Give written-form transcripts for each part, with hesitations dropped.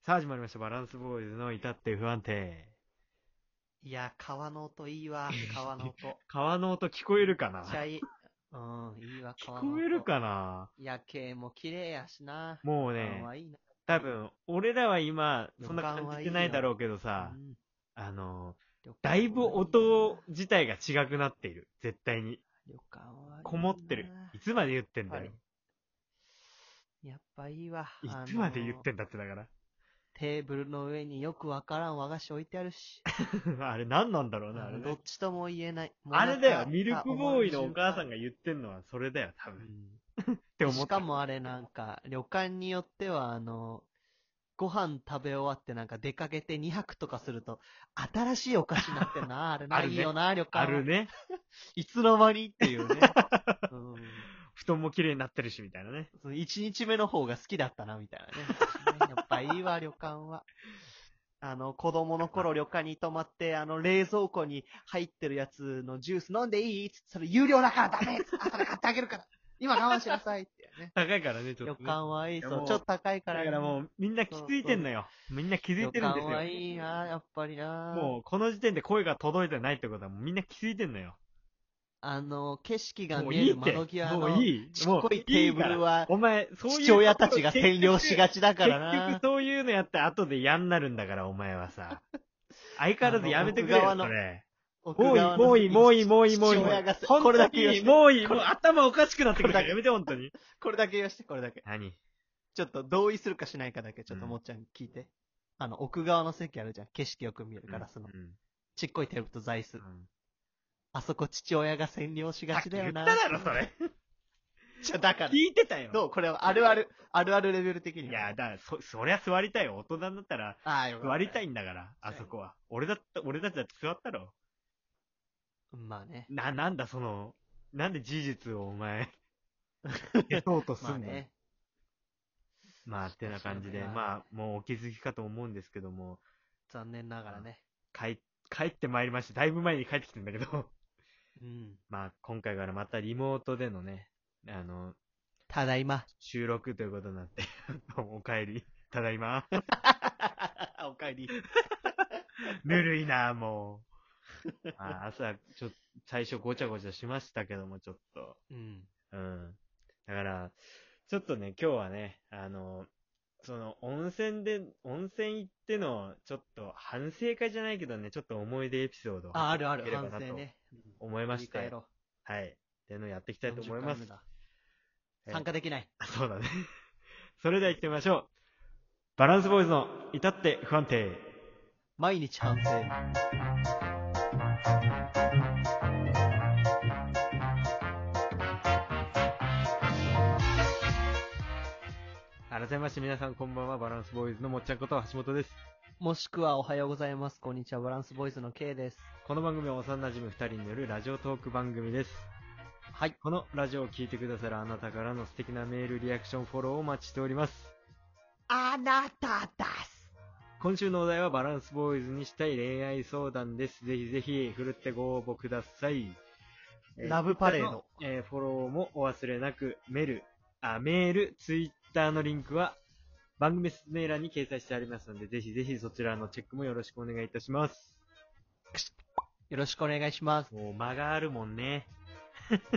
さあ始まりました。バランスボーイズの至って不安定。 いや、川の音いいわ、川の音。 川の音聞こえるかな？ めっちゃいい。うん、いいわ、 聞川の音。 こえるかな？ 夜景も綺麗やしな。旅館もうね、 はいいな。 多分、俺らは今、 旅そんな感じ館はいいよ。 てないだろうけどさ、 うん、 あの、 旅だいぶ館はいいな。 音自体が違くなっている。絶対に。 旅館はいこいな。 もってる。いつまで言ってんだよ。 やっぱいいわ。 いつまで言ってんだってだから。 テーブルの上によくわからん和菓子置いてあるし。 あれ何なんだろうな、あれね。 どっちとも言えない。 あれだよ、ミルかクボーイのお母さんが言ってんのはそれだよ、多分。って思った。 しかもあれなんか、旅館によってはご飯食べ終わってなんか出かけて2泊とかすると、新しいお菓子になってんな、あれな、 あるねいいよな、旅館は。 あるね。 いつの間にっていうね。うん。 布団も綺麗になってるし、みたいなね。 その1日目の方が好きだったな、みたいなね。やっぱいいわ、旅館は。子供の頃旅館に泊まって、冷蔵庫に入ってるやつのジュース飲んでいいつって、それ有料だからダメ後で買ってあげるから今我慢しなさいってね。 高いからね、ちょっ旅とね。 館はいい、そう、 いやもうちょっと高いかだらね。 からもう、みんな気づいてんのよ。みんな気づ旅いてるんですよ。 館はいいな、やっぱりな。 もう、この時点で声が届いてないってことは、もうみんな気づいてんのよ。 景色がもう見えるいいって。 窓際もうのいい。 ちっもうこいテーいいから。 ブルは、 お前、そういう父親たちが占領しがちだからな。 結局そういうのやって後で嫌になるんだから、お前はさ。相変わらずやめてくれよ、それ。もういい、 奥側のもういい、 席にもういい、もういい、もういい。 父親が、 本これ当に、 だけ言わして。 もういい、 これもう頭おかしくなってくるから、 これだけやめて、本当に。 これだけ言わして、これだけ。 何？ ちょっと同意するかしないかだけ、ちょっとうんもっちゃん聞いて。奥側の席あるじゃん。景色よく見えるガラスの。 うん。 ちっこいテーブルと座椅子。 うん。 あそこ父親が占領しがちだよな。 さっき言っただろ、それ。 だから。 聞いてたよ。 どうこれはあるある、あるあるレベル的には。 いや、そりゃ座りたいよ。大人だったら、 よかった座りたいんだから、あそこは。俺たちだって座ったろ。 まあね。 なんだその、なんで事実をお前、消そうとすんの？ まあね。 まあ、ってな感じで、 まあまあ、もうお気づきかと思うんですけども、 残念ながらね。 帰ってまいりました。だいぶ前に帰ってきてんだけど、 うん。 まあ、今回からまたリモートでのね、 ただいま。 収録ということになって、お帰り、ただいま。 おかえり。 ぬるいな、もう。まあ、朝、最初ごちゃごちゃしましたけども、ちょっと。 うん。 うん。だから、ちょっとね、今日はね、その、温泉行っての、ちょっと、反省会じゃないけどね、ちょっと思い出エピソードをあるある、 ければなと反省ね。 思いまして、 振り返ろはい。っていうのをやっていきたう。 いと思い 40 ます。 回目だ。参加できない。 そうだね。それでは行ってみましょう。バランスボーイズの至って不安定。 毎日反省。 改めまして皆さんこんばんは。バランスボーイズのもっちゃんこと橋本です。 もしくはおはようございます。こんにちは。バランスボーイズの K です。 この番組は幼馴染2人によるラジオトーク番組です。 はい。 このラジオを聞いてくださるあなたからの素敵なメール、リアクション、フォローをお待ちしております。 あなたです。 今週のお題はバランスボーイズにしたい恋愛相談です。ぜひぜひ、ふるってご応募ください。 ラブパレード。 フォローもお忘れなく、メール、ツイッターのリンクは番組説明欄に掲載してありますので、ぜひぜひそちらのチェックもよろしくお願いいたします。 よろしくお願いします。 もう間があるもんね。 うん。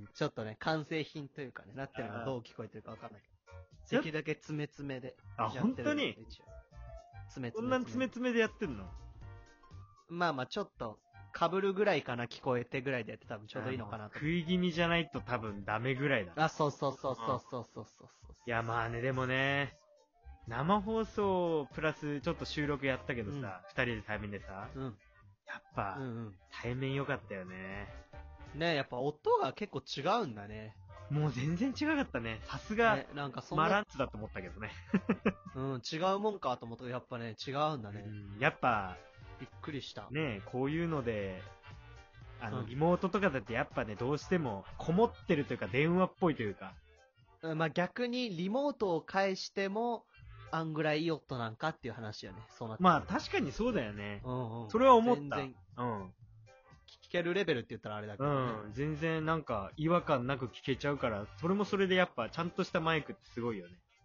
ちょっとね、完成品というかね、なってるのがどう聞こえてるかわかんないけど。席だけ詰め詰めで。 あ、本当に詰めこんな詰め詰めでやってんの？ まあまあ、ちょっと、被るぐらいかな、聞こえてぐらいでやって多分ちょうどいいのかなと。 食い気味じゃないと多分ダメぐらいだ。 あ、そうそうそうそうそうそうそう。 いやまあね、でもね、生放送プラスちょっと収録やったけどさ、二人で対面でさ、 うん。 やっぱ、対面良かったよね。 ねえ、やっぱ音が結構違うんだね。 もう全然違かったね。さすが、 ね、なんかマランツだと思ったけどね。 うん、違うもんかと思ったけど、やっぱね、違うんだね。 やっぱ、 びっくりした。 ね、こういうので、 うんリモートとかだってやっぱね、どうしてもこもってるというか、電話っぽいというか。 まあ逆にリモートを返しても、あんぐらいいい音なんかっていう話よね。そうなってまあ確かにそうだよね。 うんうん。 それは思った。 全然うん。 聞けるレベルって言ったらあれだけうど、ね。 ん。全然なんか違和感なく聞けちゃうから、それもそれでやっぱちゃんとしたマイクってすごいよね。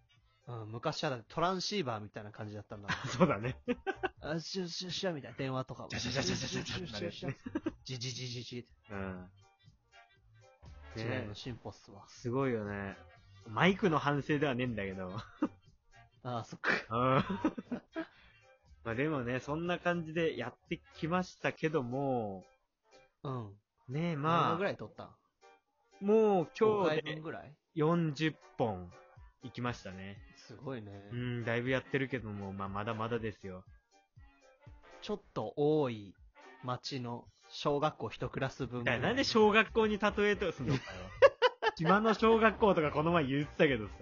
うん、昔はだってトランシーバーみたいな感じだったんだもん。 そうだね。 あ、シュッシュッシュッみたいな電話とかも。 シャシャシャシャシャシャってなるやつね。 ジジジジジ。 うん。 時代のね進歩っすわ。 すごいよね。マイクの反省ではねえんだけど。 ああ、そっか。 うんまあでもね、そんな感じでやってきましたけども、 うん。 ねえ、 何まあ、 本ぐらい撮ったん？ もう 5回今日で分ぐらい？ 40本行きましたね。 すごいね。 だいぶやってるけども、まあまだまだですよ。 ちょっと多い町の小学校一クラス分ぐらい。 なんで小学校に例えとすんのかよ。島の小学校とかこの前言ってたけどさ。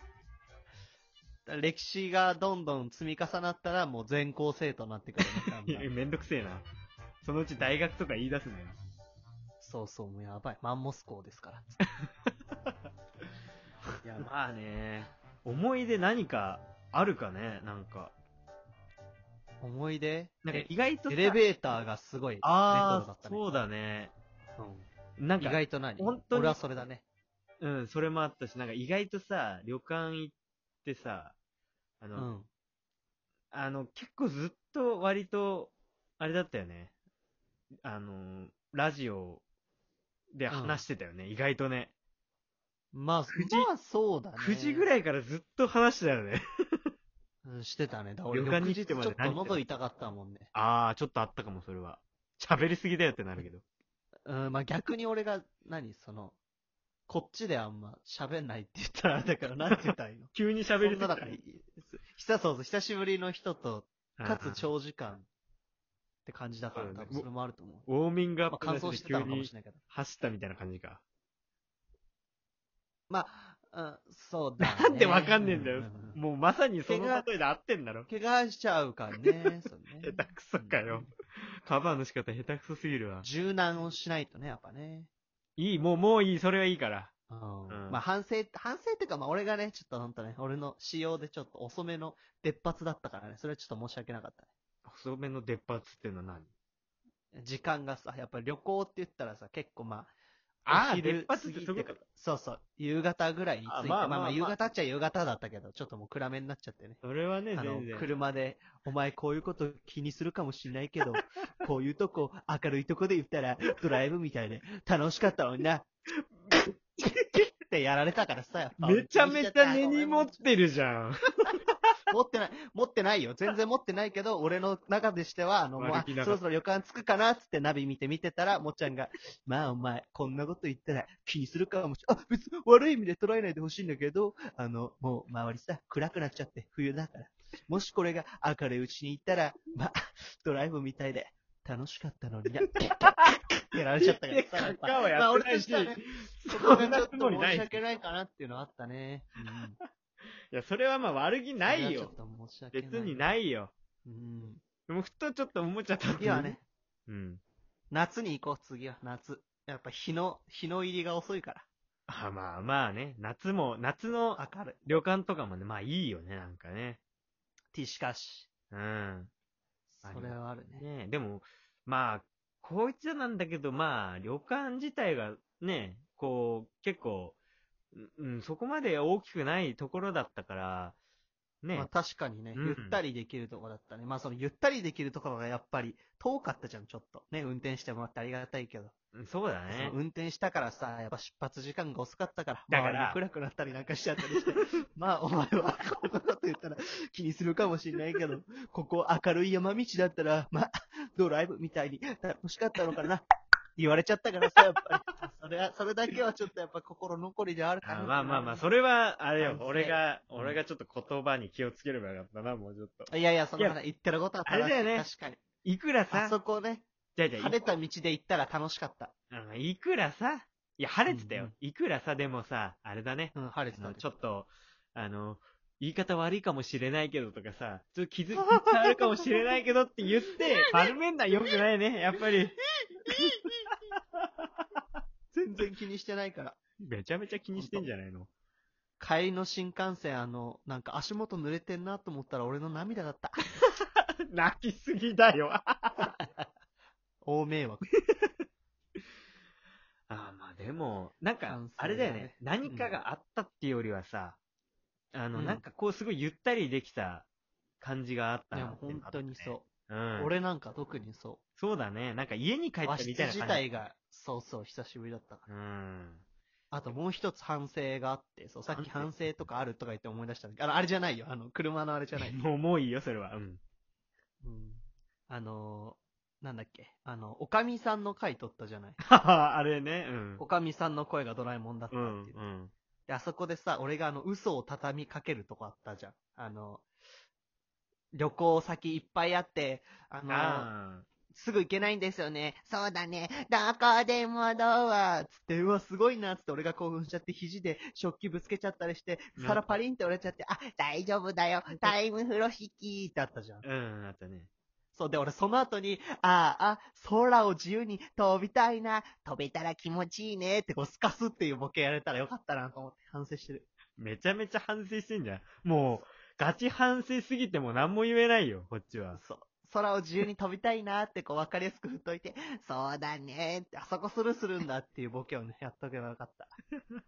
歴史がどんどん積み重なったらもう全校生徒になってくるねだんだん。 めんどくせえな。そのうち大学とか言い出すのよ。 そうそう、もうやばい。マンモス校ですから。 いや、まあね、思い出何かあるかね、なんか。 思い出なんか意外とさエレベーターがすごいレトロだああ、 ったね。 そうだね。 うん。意なんか、 外と何？ 本当に俺はそれだね。 うん、それもあったし、なんか意外とさ、旅館行ってさ、あの、 うん。 結構ずっと割と、あれだったよね。ラジオで話してたよね、意外とね。 まあ、 9時まあそうだね。 9時ぐらいからずっと話してたよね。 うんしてたね。だから俺旅館翌日ちょっに来てまでと喉痛かったもんね。 あー、ちょっとあったかも、それは。喋りすぎだよってなるけど。 うん、まあ逆に俺が、こっちであんま喋んないって言ったらあれだから、なんて言ったらいいの？ 急に喋りすぎたそんなだから、久しぶりの人と、かつ長時間って感じだから、 そうだね多分それもあると思う。 ウォーミングアッまあプ乾燥してたのかも急にしれないけど。 走ったみたいな感じか。 まあ、うん、そうだね。 なんでわかんねえんだよ。 ううんもうまさにその例えで合ってんだろ。 怪我しちゃうからね、そうね。 下手くそかよ。カバーの仕方下手くそすぎるわ。 柔軟をしないとね、やっぱね。 いい、もういい、それはいいから。 うんまあ反省っていうか、まあ俺がね、ちょっとほんとね、俺の仕様でちょっと遅めの出発だったからね、それはちょっと申し訳なかった細めの出発っていうのは何ね。時間がさ、やっぱり旅行って言ったらさ、結構まあ、 あーお昼出発ってそういうこと過ぎそうそう、夕方ぐらいに着いて、 まあまあまあ夕方っちゃ夕方だったけど、ちょっともう暗めになっちゃってね。 それはね、全然。 車で、お前こういうこと気にするかもしれないけど、こういうとこ、明るいとこで言ったら、ドライブみたいで楽しかったのにな。ってやられたからさ、やっぱめちゃめちゃ根に持ってるじゃん。 持ってないよ。全然持ってないけど、俺の中でしては、そろそろ旅館着くかなっつってナビ見てたら、もっちゃんが、まあお前、こんなこと言ったら気にするかもしれない。あ、別に悪い意味で捉えないでほしいんだけど、もう周りさ、暗くなっちゃって冬だから。もしこれが明るいうちに行ったら、まあ、ドライブみたいで楽しかったのにな。やられちゃったからさ。 カカオやまあってないし、 俺としてはね、そそんこがちょっとなつもりない。い申し訳ないかなっていうのはあったね。 や、それはまあ悪気ないよ。 それはちょっと申し訳ない。 別にないよ。 うん。 でもふとちょっと思っちゃった。 次はね、 うん。 夏に行こう、次は、夏。やっぱ日の入りが遅いから。 あまあまあね、夏の明るい。 旅館とかもね、まあいいよね、なんかね。 しかし。 うん。 それはあるね。 ねでも、まあ、こいつなんだけど、まあ、旅館自体がね、こう、結構、そこまで大きくないところだったから、ね。 まあ確かにね、 うんゆったりできるとこだったね。まあそのゆったりできるところがやっぱり遠かったじゃん、ちょっと。ね、運転してもらってありがたいけど。 そうだそねの。運転したからさ、やっぱ出発時間が遅かったから、 だから周りに暗くなったりなんかしちゃったりして。まあお前はこんなこと言ったら気にするかもしれないけど、ここ明るい山道だったら、まあ、ドライブみたいに楽しかったのかな。言われちゃったからさ、やっぱり。それだけはちょっとやっぱ心残りであるかな。 まあ、それは、あれよ反、省俺がちょっと言葉に気をつければよかったな、もうちょっと。 いやいや、その話言ってることは正しい。 あれだよね確かに。 いくらあさ、 そこね、 じゃ晴れた道で行ったら楽しかった。 いくらさ、いや、晴れてたよ。 うんうんいくらさ、でもさ、あれだね。 うん、晴れてた。 ちょっと、言い方悪いかもしれないけどとかさ、ちょっと気伝わるかもしれないけどって言って、丸めんな良くないね、やっぱり。 全然気にしてないから。 めちゃめちゃ気にしてんじゃないの帰りの新幹線、なんか足元濡れてんなと思ったら俺の涙だった。 泣きすぎだよ。 大迷惑。 まあでも、なんか反省、 あれだよね。何かがあったっていうよりはさ、 うんなんかこうすごいゆったりできた感じがあったいや、 なっていうもう本当にそう。 うん。 俺なんか特にそそうだね。なんか家に帰う。 った和室自みたいな感じ。 体が、そうそう、久しぶりだったから。 うん。 あともう一つ反省があって、そう、さっき反反省とかあるとか言って思い出したんだけど、あれじゃないよ。車のあれじゃない。 もういいよ、それは。うん。 うん。なんだっけ。おかみさんの回撮ったじゃない。 あれね。うん。 おかみさんの声がドラえもんだっうん。 たっていう。 うん。 で、あそこでさ、俺が嘘を畳みかけるとこあったじゃん。旅行先いっぱいあって、 あすぐ行けないんですよね。そうだね。どこでもドアつって、うわ、すごいなつって俺が興奮しちゃって肘で食器ぶつけちゃったりして、皿パリンって折れちゃって、あ、大丈夫だよ。タイム風呂敷ってあったじゃん。 うん、あったね。 そうで、俺その後に、空を自由に飛びたいな。飛べたら気持ちいいねってこうスカスっていうボケやれたらよかったなと思って反省してる。 めちゃめちゃ反省してんじゃん。もう、ガチ反省すぎても何も言えないよ、こっちは。 そう。空を自由に飛びたいなってこう分かりやすく振っといて、そうだねって、あそこスルーするんだっていうボケをね、やっとけばよかった。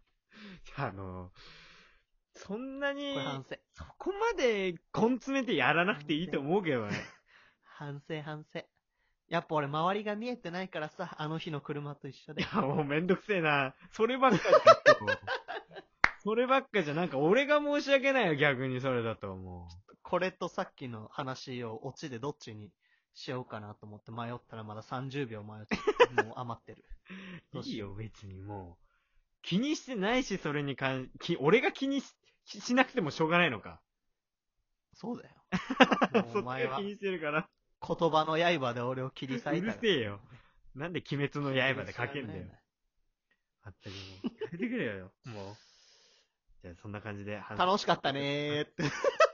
そんなにこれ、反省。 そこまで根詰めてやらなくていいと思うけどね。 反省反省。やっぱ俺周りが見えてないからさ、あの日の車と一緒で。 いや、もうめんどくせえな。そればっかじゃん。そればっかじゃ、なんか俺が申し訳ないよ、逆にそれだと思これとさっきの話をオチでどっちにしようかなと思って迷ったらまだ30秒迷って、もう余ってる。どう。 うしよういいよ、別にもう。気にしてないし、それに俺が気にしなくてもしょうがないのか。 そうだよ。もうそお前はっちが気にしてるから。 言葉の刃で俺を切り裂ういたら。 るせえよ。なんで鬼滅の刃で書けんだよ。まったくもう。やめてくれよ、もう。じゃあそんな感じで話楽しかったねーって。